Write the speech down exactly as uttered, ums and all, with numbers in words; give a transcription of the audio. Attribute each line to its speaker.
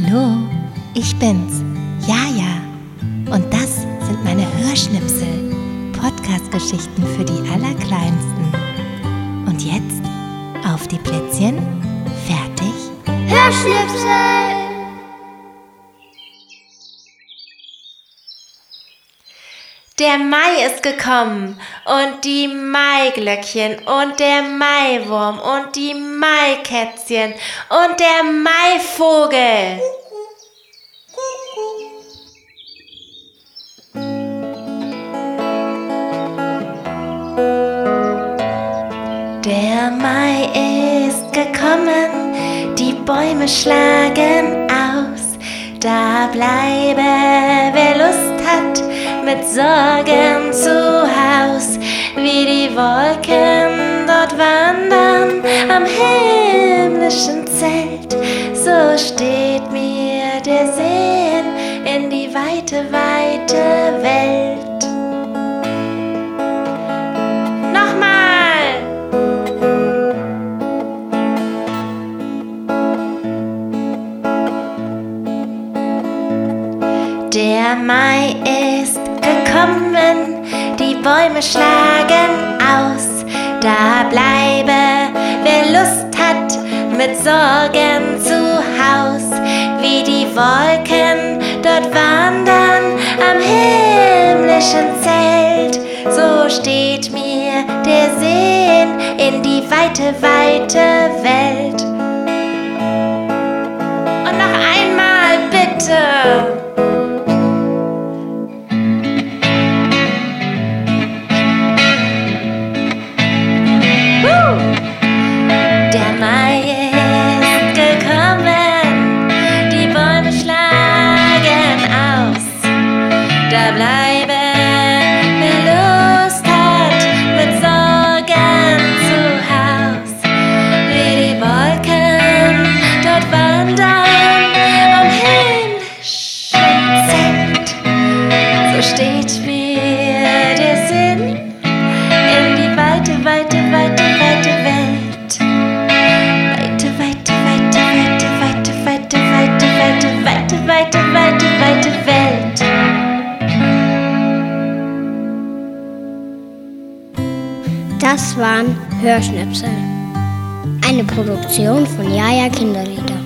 Speaker 1: Hallo, ich bin's, Jaja. Und das sind meine Hörschnipsel, Podcast-Geschichten für die Allerkleinsten. Und jetzt auf die Plätzchen, fertig,
Speaker 2: Hörschnipsel!
Speaker 3: Der Mai ist gekommen und die Maiglöckchen und der Maiwurm und die Maikätzchen und der Maivogel. Der Mai ist gekommen, die Bäume schlagen aus, da bleibe, wer Lust hat, mit Sorgen zu Haus, wie die Wolken dort wandern am himmlischen Zelt, so steht mir der Sinn in die weite, weite Welt. Nochmal! Der Mai ist gekommen, die Bäume schlagen aus, da bleibe, wer Lust hat, mit Sorgen zu Haus, wie die Wolken dort wandern am himmlischen Zelt, so steht mir der Sinn in die weite, weite Welt. Und noch einmal bitte! Der Mai ist gekommen, die Bäume schlagen aus, da bleibe, wer Lust hat, mit Sorgen zu Haus, wie die Wolken dort wandern am himmlischen Zelt, so steht mir der Sinn in die weite, weite, weite, weite Welt. Weite, weite, weite Welt.
Speaker 2: Das waren Hörschnipsel. Eine Produktion von Jaja Kinderlieder.